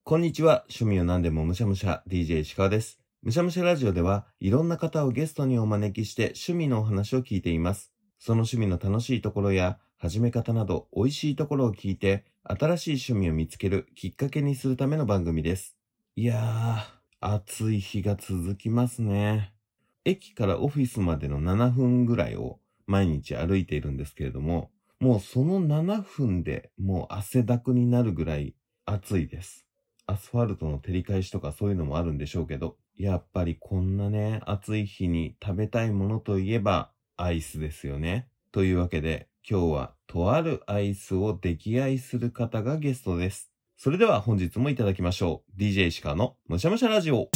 こんにちは。趣味を何でもむしゃむしゃ DJ 石川です。むしゃむしゃラジオではいろんな方をゲストにお招きして趣味のお話を聞いています。その趣味の楽しいところや始め方など美味しいところを聞いて新しい趣味を見つけるきっかけにするための番組です。いやー、暑い日が続きますね。駅からオフィスまでの7分ぐらいを毎日歩いているんですけれども、もうその7分でもう汗だくになるぐらい暑いです。アスファルトの照り返しとかそういうのもあるんでしょうけど、やっぱりこんなね、暑い日に食べたいものといえばアイスですよね。というわけで、今日はとあるアイスを溺愛する方がゲストです。それでは本日もいただきましょう。DJ 石川のむしゃむしゃラジオ。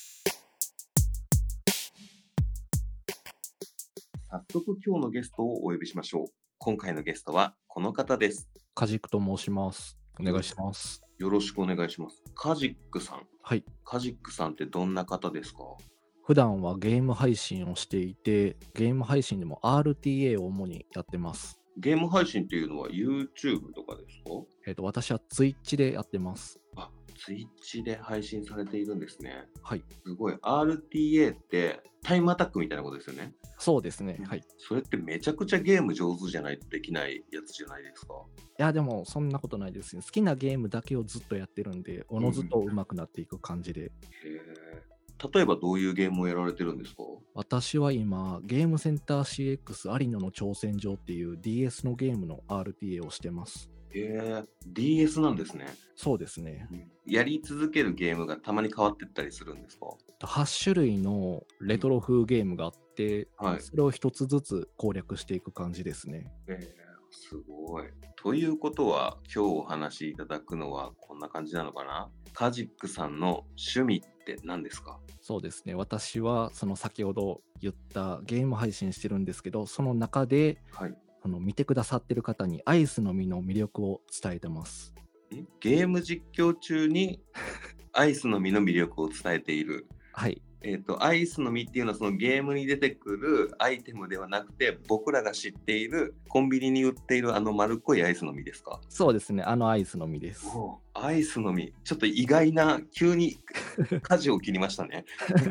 早速今日のゲストをお呼びしましょう。今回のゲストはこの方です。 カジックと申します。お願いします。 よろしくお願いします。カジックさん。 はい。 カジックさんってどんな方ですか？ 普段はゲーム配信をしていて、ゲーム配信でも RTA を主にやってます。 ゲーム配信っていうのは YouTube とかですか？ 私は Twitch でやってます。 Twitch で配信されているんですね。 はい。 すごい。RTA ってタイムアタックみたいなことですよね。 そうですね。はい。いそれってめちゃくちゃゲーム上手じゃないとできないやつじゃないですか。 や、でもそんなことないですね。好きなゲームだけをずっとやってるんで、おのずと上手くなっていく感じで。 へー。例えばどういうゲームをやられてるんですか？ 私は今、ゲームセンター CX 有野の挑戦状っていう DS のゲームの RTA をしてます。 DS なんですね。 そうですね。 やり続けるゲームがたまに変わってったりするんですか 8種類のレトロ風ゲームがあって、 はい。 それを一つずつ攻略していく感じですね。 すごい。ということは、今日お話しいただくのはこんな感じなのかな？カジックさんの趣味って何ですか？ そうですね。私はその先ほど言ったゲーム配信してるんですけど、その中ではい。 見てくださってる方にアイスの実の魅力を伝えてます。 ゲーム実況中にアイスの実の魅力を伝えている。 はい。 アイスの実っていうのはそのゲームに出てくるアイテムではなくて、僕らが知っているコンビニに売っているあの丸っこいアイスの実ですか？ そうですね。アイスの実です。 アイスの実、ちょっと意外な、急に舵を切りましたね。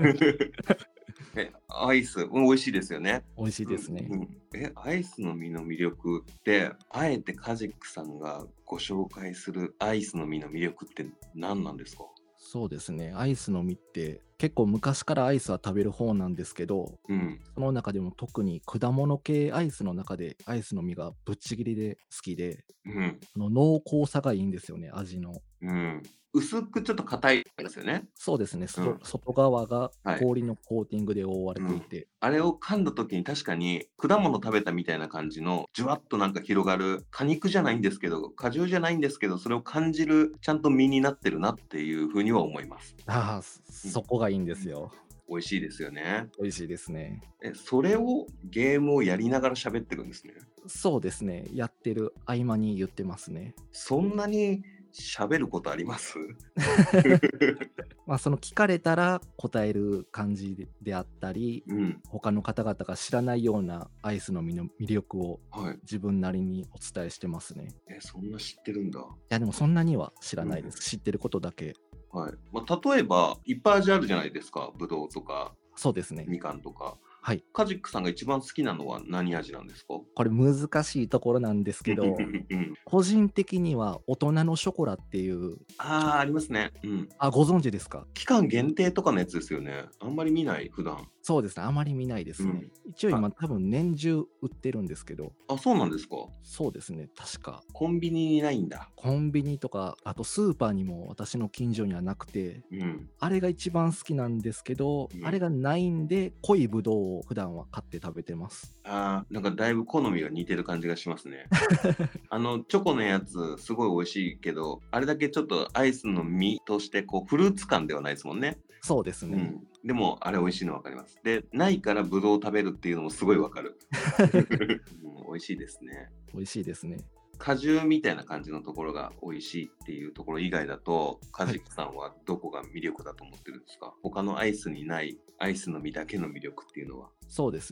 アイス、美味しいですよね。 美味しいですね。 アイスの実の魅力って、あえてカジックさんがご紹介するアイスの実の魅力って何なんですか？ そうですね。アイスの実って結構昔からアイスは食べる方なんですけど、その中でも特に果物系アイスの中でアイスの実がぶっちぎりで好きで、濃厚さがいいんですよね、味の。 薄くちょっと硬いですよね。 そうですね。外側がはい氷のコーティングで覆われていて、 あれを噛んだ時に確かに果物食べたみたいな感じのじゅわっとなんか広がる果肉じゃないんですけど、果汁じゃないんですけど、それを感じるちゃんと実になってるなっていうふうには思います。 そこがいいんですよ。 美味しいですよね。 美味しいですね。 それをゲームをやりながら喋ってるんですね。 そうですね。やってる合間に言ってますね。 そんなに喋ることあります？ その聞かれたら答える感じであったり、他の方々が知らないようなアイスの魅力を自分なりにお伝えしてますね。 そんな知ってるんだ。 いやでもそんなには知らないです。知ってることだけ。 はい。例えばいっぱい味あるじゃないですか。ぶどうとかそうですね。 みかんとか。 はい。 カジックさんが一番好きなのは何味なんですか？ これ難しいところなんですけど、個人的には大人のショコラっていう。 ありますね。 ご存知ですか？ 期間限定とかのやつですよね。あんまり見ない、普段。 そうですね。あまり見ないですね。一応今多分年中売ってるんですけど。 そうなんですか？ そうですね。確か。 コンビニにないんだ。 コンビニとか、あとスーパーにも私の近所にはなくて、あれが一番好きなんですけど、あれがないんで、濃いぶどうを普段は買って食べてます。 なんかだいぶ好みが似てる感じがしますね。チョコのやつ、すごい美味しいけど、あれだけちょっとアイスの実として、こう、フルーツ感ではないですもんね。 そうですね。 でも、あれ美味しいの分かります。で、ないからぶどうを食べるっていうのもすごい分かる。美味しいですね。 美味しいですね。 果汁みたいな感じのところが美味しいっていうところ以外だと、カジキさんはどこが魅力だと思ってるんですか？他のアイスにないアイスの実だけの魅力っていうのは。 そうですね。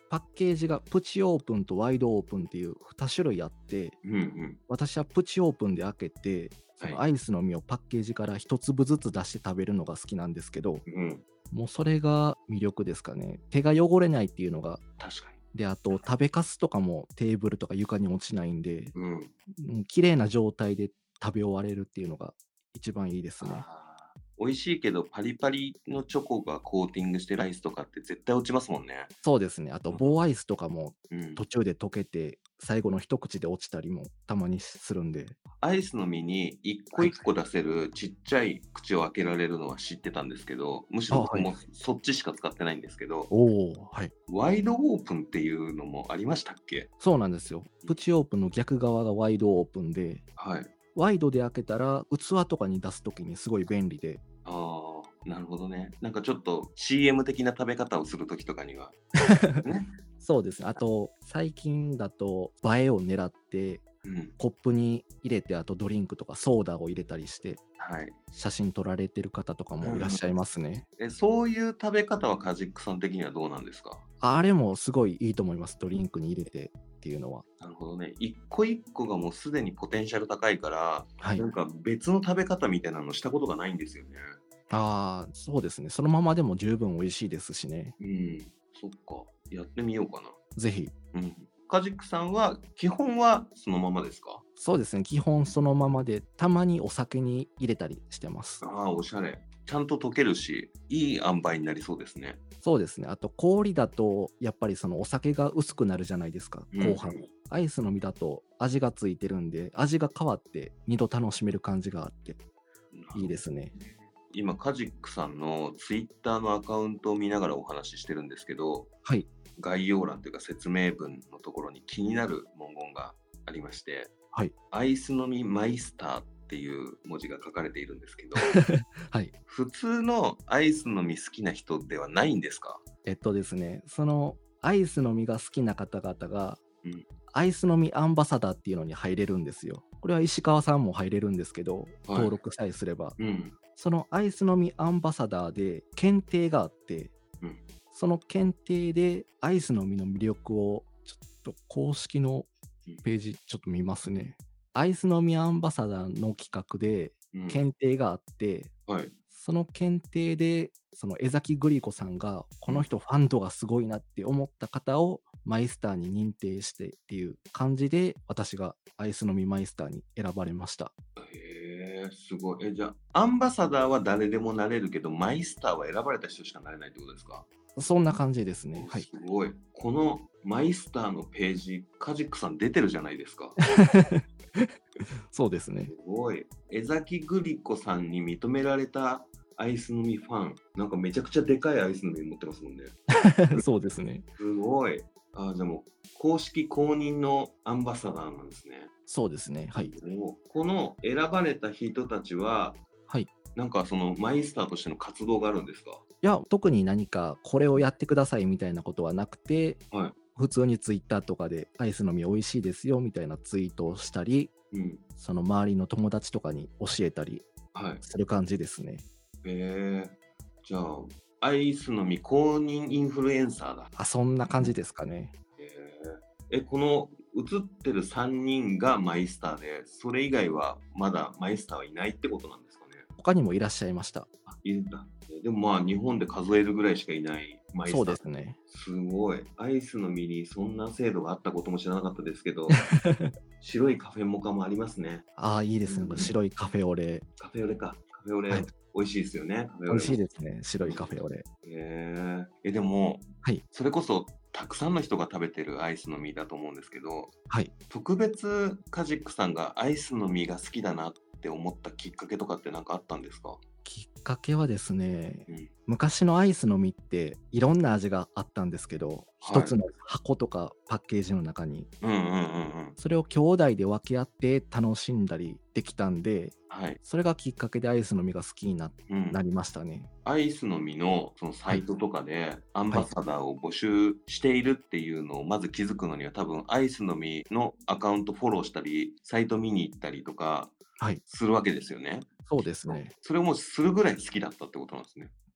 パッケージがプチオープンとワイドオープンっていう2種類あって、私はプチオープンで開けて、そのアイスの実をパッケージから1粒ずつ出して食べるのが好きなんですけど、もうそれが魅力ですかね。手が汚れないっていうのが。 確かに。 で、あと食べかすとかもテーブルとか床に落ちないんで、綺麗な状態で食べ終われるっていうのが一番いいですね。 美味しいけどパリパリのチョコがコーティングしてるアイスとかって絶対落ちますもんね。 そうですね。あと棒アイスとかも途中で溶けて最後の一口で落ちたりもたまにするんで。 アイスの実に一個一個出せるちっちゃい口を開けられるのは知ってたんですけど、むしろ僕もそっちしか使ってないんですけど、ワイドオープンっていうのもありましたっけ？ そうなんですよ。プチオープンの逆側がワイドオープンで、ワイドで開けたら器とかに出すときにすごい便利で。 なるほどね。なんかちょっと CM 的な食べ方をするときとかには、 ね。そうですね。あと最近だと映えを狙って、コップに入れて、あとドリンクとかソーダを入れたりして、写真撮られてる方とかもいらっしゃいますね。 そういう食べ方はカジックさん的にはどうなんですか？ あれもすごいいいと思います。ドリンクに入れてっていうのは。 なるほどね。一個一個がもうすでにポテンシャル高いから、なんか別の食べ方みたいなのしたことがないんですよね。 そうですね。そのままでも十分美味しいですしね。 そっか。やってみようかな。 ぜひ。 カジックさんは基本はそのままですか？ そうですね。基本そのままで、たまにお酒に入れたりしてます。 おしゃれ。ちゃんと溶けるし、いい塩梅になりそうですね。 そうですね。あと氷だとやっぱりそのお酒が薄くなるじゃないですか、後半。アイスの実だと味がついてるんで、味が変わって2度楽しめる感じがあっていいですね。 今カジックさんのツイッターのアカウントを見ながらお話ししてるんですけど、概要欄というか説明文のところに気になる文言がありまして、アイス飲みマイスターっていう文字が書かれているんですけど、普通のアイス飲み好きな人ではないんですか？ ですね、そのアイス飲みが好きな方々が、アイス飲みアンバサダーっていうのに入れるんですよ。これは石川さんも入れるんですけど、登録さえすれば。そのアイス飲みアンバサダーで検定があって、その検定でアイスの実の魅力をちょっと公式のページちょっと見ますね。アイスの実アンバサダーの企画で検定があって、その検定でその江崎グリコさんがこの人ファンドがすごいなって思った方をマイスターに認定してっていう感じで、私がアイスの実マイスターに選ばれました。 すごい。じゃあアンバサダーは誰でもなれるけど、マイスターは選ばれた人しかなれないってことですか？ そんな感じですね。 すごい。このマイスターのページ、カジックさん出てるじゃないですか。 そうですね。 すごい。江崎グリコさんに認められたアイスの実ファン。なんかめちゃくちゃでかいアイスの実持ってますもんね。 そうですね。 すごい。でも公式公認のアンバサダーなんですね。 そうですね。 この選ばれた人たちは、なんかそのマイスターとしての活動があるんですか？ いや、特に何かこれをやってくださいみたいなことはなくて、普通にツイッターとかでアイスの実美味しいですよみたいなツイートをしたり、その周りの友達とかに教えたりする感じですね。 じゃあアイスの実公認インフルエンサーだ。 そんな感じですかね。 この映ってる3人がマイスターで、それ以外はまだマイスターはいないってことなんですかね？ 他にもいらっしゃいました。 いるんだ。でもまあ日本で数えるぐらいしかいないマイスター。 そうですね。 すごい。アイスの実にそんな制度があったことも知らなかったですけど、白いカフェモカもありますね。 いいですね。白いカフェオレ。 カフェオレか。カフェオレ、美味しいですよね。 美味しいですね。白いカフェオレ。 でも、それこそたくさんの人が食べてるアイスの実だと思うんですけど、特別カジックさんがアイスの実が好きだなって思ったきっかけとかって何かあったんですか？ きっかけはですね、昔のアイスの実っていろんな味があったんですけど、一つの箱とかパッケージの中に、それを兄弟で分け合って楽しんだりできたんで、それがきっかけでアイスの実が好きになりましたね。 アイスの実のそのサイトとかでアンバサダーを募集しているっていうのをまず気づくのには、多分アイスの実のアカウントフォローしたり、サイト見に行ったりとかするわけですよね。 そうですね。 それをもうするぐらい好きだったってことなんですね。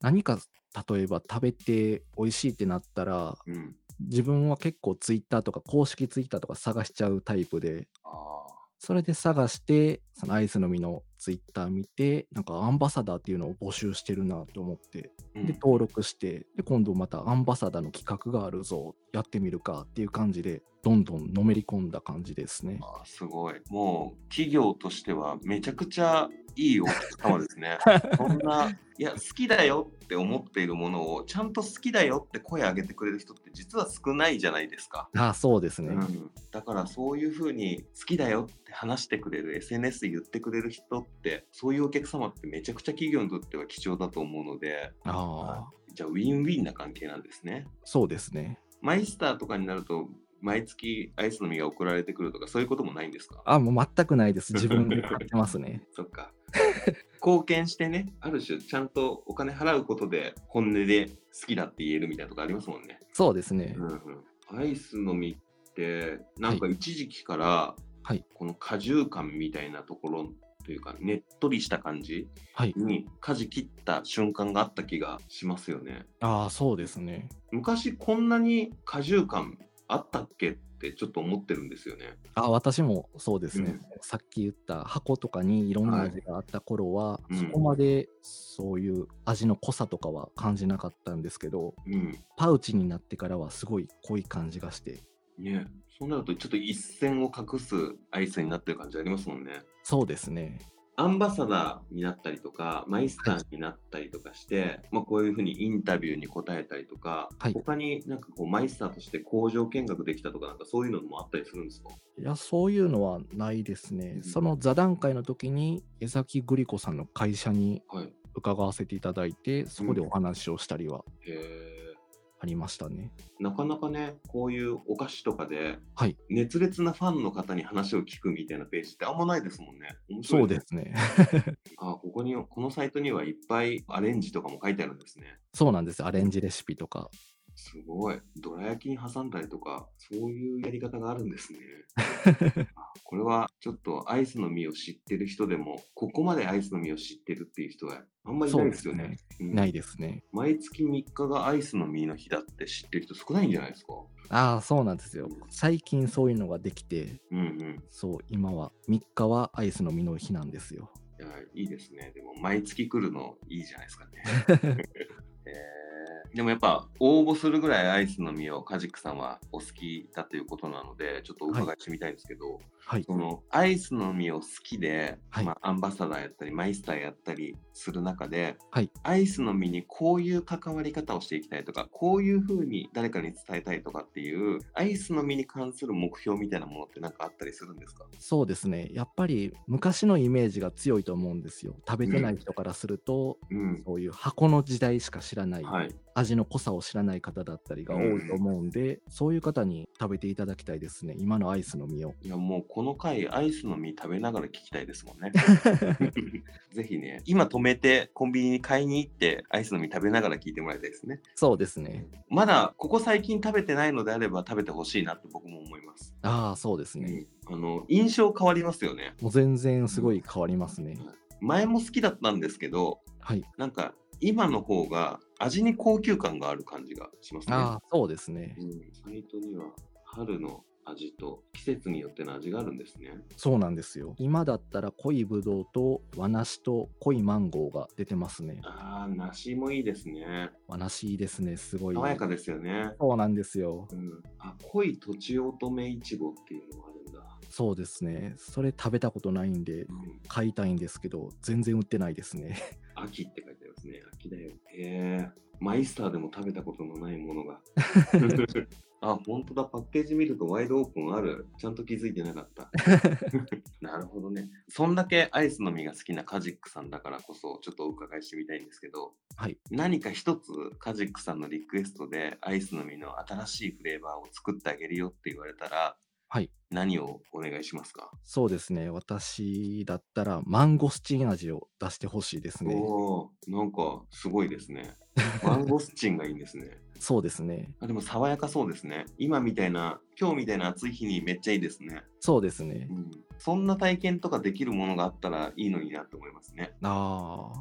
何か例えば食べて美味しいってなったら、自分は結構ツイッターとか公式ツイッターとか探しちゃうタイプで、それで探して、そのアイスの実のツイッター見て、なんかアンバサダーっていうのを募集してるなと思って、で、登録して、で、今度またアンバサダーの企画があるぞ、やってみるかっていう感じで、どんどんのめり込んだ感じですね。 すごい。もう企業としてはめちゃくちゃいいお客様ですね。そんな、いや、好きだよって思っているものを、ちゃんと好きだよって声上げてくれる人って実は少ないじゃないですか。 そうですね。 だからそういうふうに好きだよって話してくれる、SNS で言ってくれる人って、そういうお客様ってめちゃくちゃ企業にとっては貴重だと思うので、じゃあウィンウィンな関係なんですね。 そうですね。 マイスターとかになると、毎月アイスの実が送られてくるとか、そういうこともないんですか？ もう全くないです。自分で買ってますね。 そっか。貢献してね、ある種ちゃんとお金払うことで本音で好きだって言えるみたいなとこありますもんね。 そうですね。 アイスの実ってなんか一時期から、この果汁感みたいなところというか、ねっとりした感じに舵切った瞬間があった気がしますよね。 そうですね。 昔こんなに果汁感あったっけってちょっと思ってるんですよね。 私もそうですね。さっき言った箱とかにいろんな味があった頃は、そこまでそういう味の濃さとかは感じなかったんですけど、パウチになってからはすごい濃い感じがして。 ね、そうなるとちょっと一線を隠すアイスになってる感じありますもんね。 そうですね。 アンバサダーになったりとか、マイスターになったりとかして、こういうふうにインタビューに答えたりとか、他になんかこうマイスターとして工場見学できたとか、なんかそういうのもあったりするんですか？ いや、そういうのはないですね。その座談会の時に江崎グリコさんの会社に伺わせていただいて、そこでお話をしたりはありましたね。 なかなかね、こういうお菓子とかで、熱烈なファンの方に話を聞くみたいなページってあんまないですもんね。面白いですね。 そうですね。 このサイトにはいっぱいアレンジとかも書いてあるんですね。 そうなんです。アレンジレシピとか。 すごい。どら焼きに挟んだりとか、そういうやり方があるんですね。これはちょっとアイスの実を知ってる人でも、ここまでアイスの実を知ってるっていう人はあんまりいないですよね。 ないですね。 毎月3日がアイスの実の日だって知ってる人少ないんじゃないですか？ そうなんですよ。最近そういうのができて、そう、今は3日はアイスの実の日なんですよ。 いいですね。でも毎月来るのいいじゃないですかね。でもやっぱ応募するぐらいアイスの実をカジックさんはお好きだということなので、ちょっとお伺いしてみたいんですけど、そのアイスの実を好きで、アンバサダーやったりマイスターやったりする中で、アイスの実にこういう関わり方をしていきたいとか、こういうふうに誰かに伝えたいとかっていうアイスの実に関する目標みたいなものって何かあったりするんですか？ そうですね。やっぱり昔のイメージが強いと思うんですよ。食べてない人からすると、そういう箱の時代しか知らない、味の濃さを知らない方だったりが多いと思うんで、そういう方に食べていただきたいですね。今のアイスの実を。 いや、もうこの回アイスの実食べながら聞きたいですもんね。ぜひね、今止めてコンビニに買いに行ってアイスの実食べながら聞いてもらいたいですね。 そうですね。 まだここ最近食べてないのであれば食べてほしいなって僕も思います。 そうですね。 印象変わりますよね。 もう全然すごい変わりますね。 前も好きだったんですけど、なんか今の方が味に高級感がある感じがしますね。 そうですね。 サイトには春の味と季節によっての味があるんですね。 そうなんですよ。今だったら濃いぶどうと和梨と濃いマンゴーが出てますね。 梨もいいですね。 和梨いいですね。すごい。 爽やかですよね。 そうなんですよ。 濃いとちおとめいちごっていうのがあるんだ。 そうですね。それ食べたことないんで、買いたいんですけど、全然売ってないですね。 秋って書いてありますね。秋だよ。マイスターでも食べたことのないものが。本当だ。パッケージ見るとワイドオープンある。ちゃんと気づいてなかった。なるほどね。そんだけアイスの実が好きなカジックさんだからこそ、ちょっとお伺いしてみたいんですけど、何か一つカジックさんのリクエストでアイスの実の新しいフレーバーを作ってあげるよって言われたら、何をお願いしますか？ そうですね。私だったらマンゴスチン味を出してほしいですね。 なんかすごいですね。マンゴスチンがいいんですね。 そうですね。 でも爽やかそうですね。今みたいな暑い日にめっちゃいいですね。 そうですね。 そんな体験とかできるものがあったらいいのになって思いますね。 なんか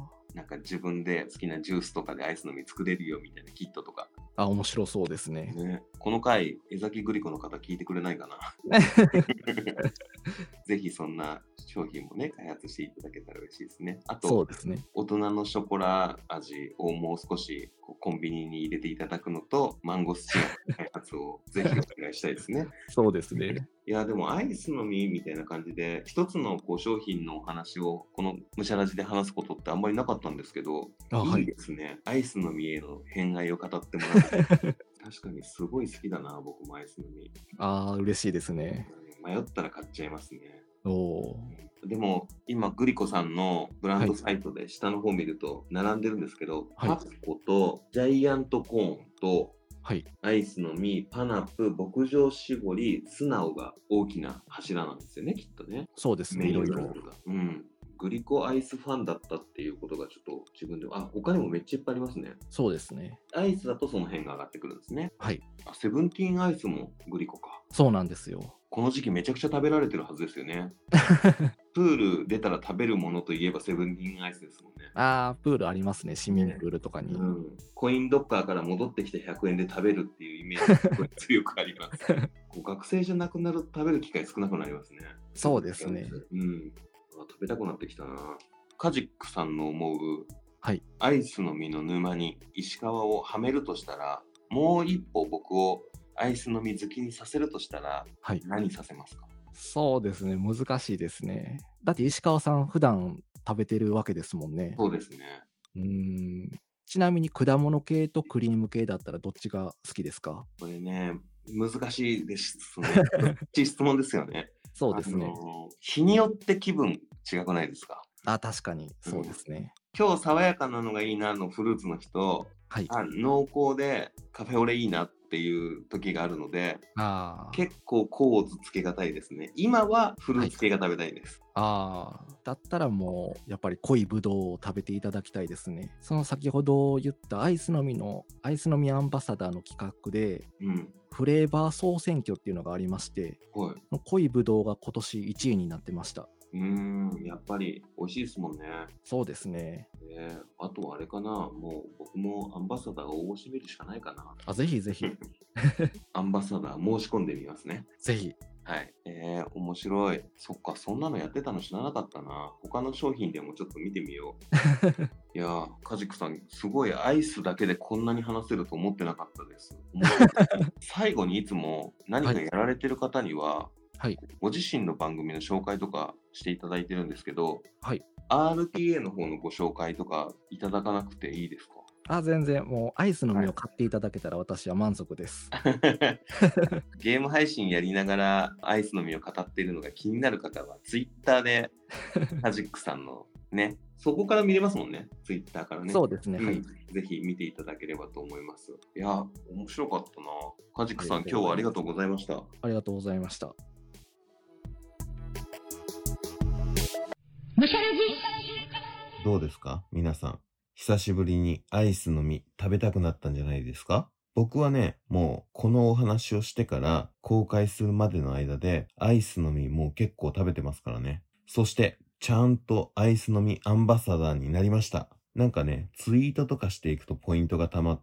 か自分で好きなジュースとかでアイスの実作れるよみたいなキットとか。 面白そうですね。 この回、江崎グリコの方聞いてくれないかな。ぜひそんな商品もね、開発していただけたら嬉しいですね。あと、 そうですね。 大人のショコラ味をもう少しコンビニに入れていただくのと、マンゴスチンの開発をぜひお願いしたいですね。 そうですね。 いや、でもアイスの実みたいな感じで、一つの商品のお話をこのむしゃらじで話すことってあんまりなかったんですけど、いいですね。アイスの実への偏愛を語ってもらって。確かにすごい好きだな、僕もアイスの実。 嬉しいですね。 迷ったら買っちゃいますね。 おでも今グリコさんのブランドサイトで下の方見ると並んでるんですけど、パピコとジャイアントコーンとアイスの実、パナップ、牧場搾り、スナオが大きな柱なんですよね、きっとね。 そうですね、いろいろ。 グリコアイスファンだったっていうことがちょっと自分で他にもめっちゃいっぱいありますね。 そうですね。 アイスだとその辺が上がってくるんですね。 はい。 セブンティーンアイスもグリコか。 そうなんですよ。 この時期めちゃくちゃ食べられてるはずですよね。プール出たら食べるものといえばセブンティーンアイスですもんね。 プールありますね、市民プールとかに。 コインロッカーから戻ってきて100円で食べるっていうイメージが強くあります。学生じゃなくなると食べる機会少なくなりますね。 そうですね。 食べたくなってきたな。カジックさんの思う、アイスの実の沼に石川をはめるとしたら、もう一歩僕をアイスの実好きにさせるとしたら、何させますか？ そうですね、難しいですね。だって石川さん普段食べてるわけですもんね。 そうですね。 ちなみに果物系とクリーム系だったらどっちが好きですか？ これね、難しいですね。どっち質問ですよね。 そうですね。 日によって気分違くないですか？ 確かにそうですね。 今日爽やかなのがいいなのフルーツの人、濃厚でカフェオレいいなっていう時があるので、結構コーツつけがたいですね。今はフルーツ系が食べたいです。 だったらもうやっぱり濃いブドウを食べていただきたいですね。その先ほど言ったアイスの実アンバサダーの企画で、フレーバー総選挙っていうのがありまして、濃いブドウが今年1位になってました。 やっぱり美味しいですもんね。 そうですね。 あとはあれかな、もう僕もアンバサダーを応募してみるしかないかな。 ぜひぜひ。 アンバサダー申し込んでみますね。 ぜひ。 面白い。そっか、そんなのやってたの知らなかったな。他の商品でもちょっと見てみよう。いやー、カジクさん、すごいアイスだけでこんなに話せると思ってなかったです。最後にいつも何かやられてる方には、ご自身の番組の紹介とかしていただいてるんですけど、RTA の方のご紹介とかいただかなくていいですか？ 全然、もうアイスの実を買っていただけたら私は満足です。 ゲーム配信やりながらアイスの実を語っているのが気になる方は、Twitter でカジックさんのね、そこから見れますもんね、Twitter からね。 そうですね。 ぜひ見ていただければと思います。いや、面白かったな。カジックさん、今日はありがとうございました。 ありがとうございました。 どうですか皆さん。久しぶりにアイスの実食べたくなったんじゃないですか？僕はね、もうこのお話をしてから公開するまでの間でアイスの実もう結構食べてますからね。そしてちゃんとアイスの実アンバサダーになりました。なんかね、ツイートとかしていくとポイントが溜まって、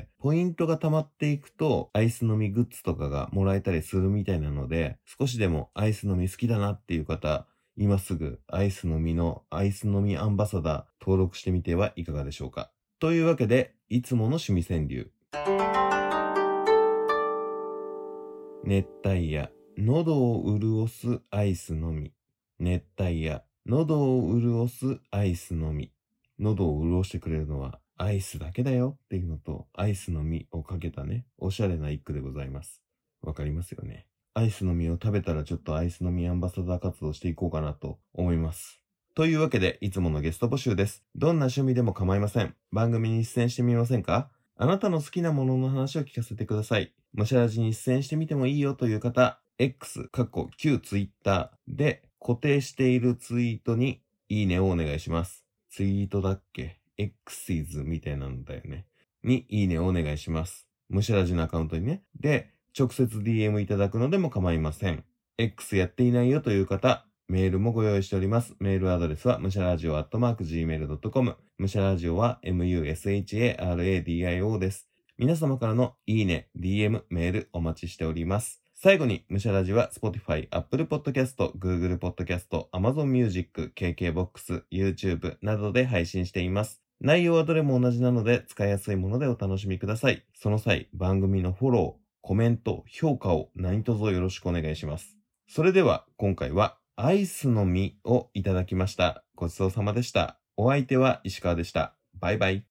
ポイントが溜まっていくとアイスの実グッズとかがもらえたりするみたいなので、少しでもアイスの実好きだなっていう方、今すぐアイスの実アンバサダー登録してみてはいかがでしょうか。というわけで、いつもの趣味川柳。熱帯夜、喉を潤すアイスの実。熱帯夜、喉を潤すアイスの実。喉を潤してくれるのはアイスだけだよっていうのと、アイスの実をかけたね、おしゃれな一句でございます。わかりますよね。アイスの実を食べたらちょっとアイスの実アンバサダー活動していこうかなと思います。というわけで、いつものゲスト募集です。どんな趣味でも構いません。番組に出演してみませんか？あなたの好きなものの話を聞かせてください。むしゃらじに出演してみてもいいよという方、X、旧 Twitter で固定しているツイートにいいねをお願いします。ツイートだっけ？ X's みたいなんだよね。にいいねをお願いします。むしゃらじのアカウントにね。で、直接 DM いただくのでも構いません。X やっていないよという方、 メールもご用意しております。メールアドレスはむしゃらじお@gmail.com。むしゃらじおは musharadio です。皆様からのいいね、DM、メールお待ちしております。最後に、むしゃらじは Spotify、Apple Podcast、Google Podcast、Amazon Music、KKBOX、YouTube などで配信しています。内容はどれも同じなので使いやすいものでお楽しみください。その際、番組のフォロー、コメント、評価を何卒よろしくお願いします。それでは、今回はアイスの実をいただきました。ごちそうさまでした。お相手は石川でした。バイバイ。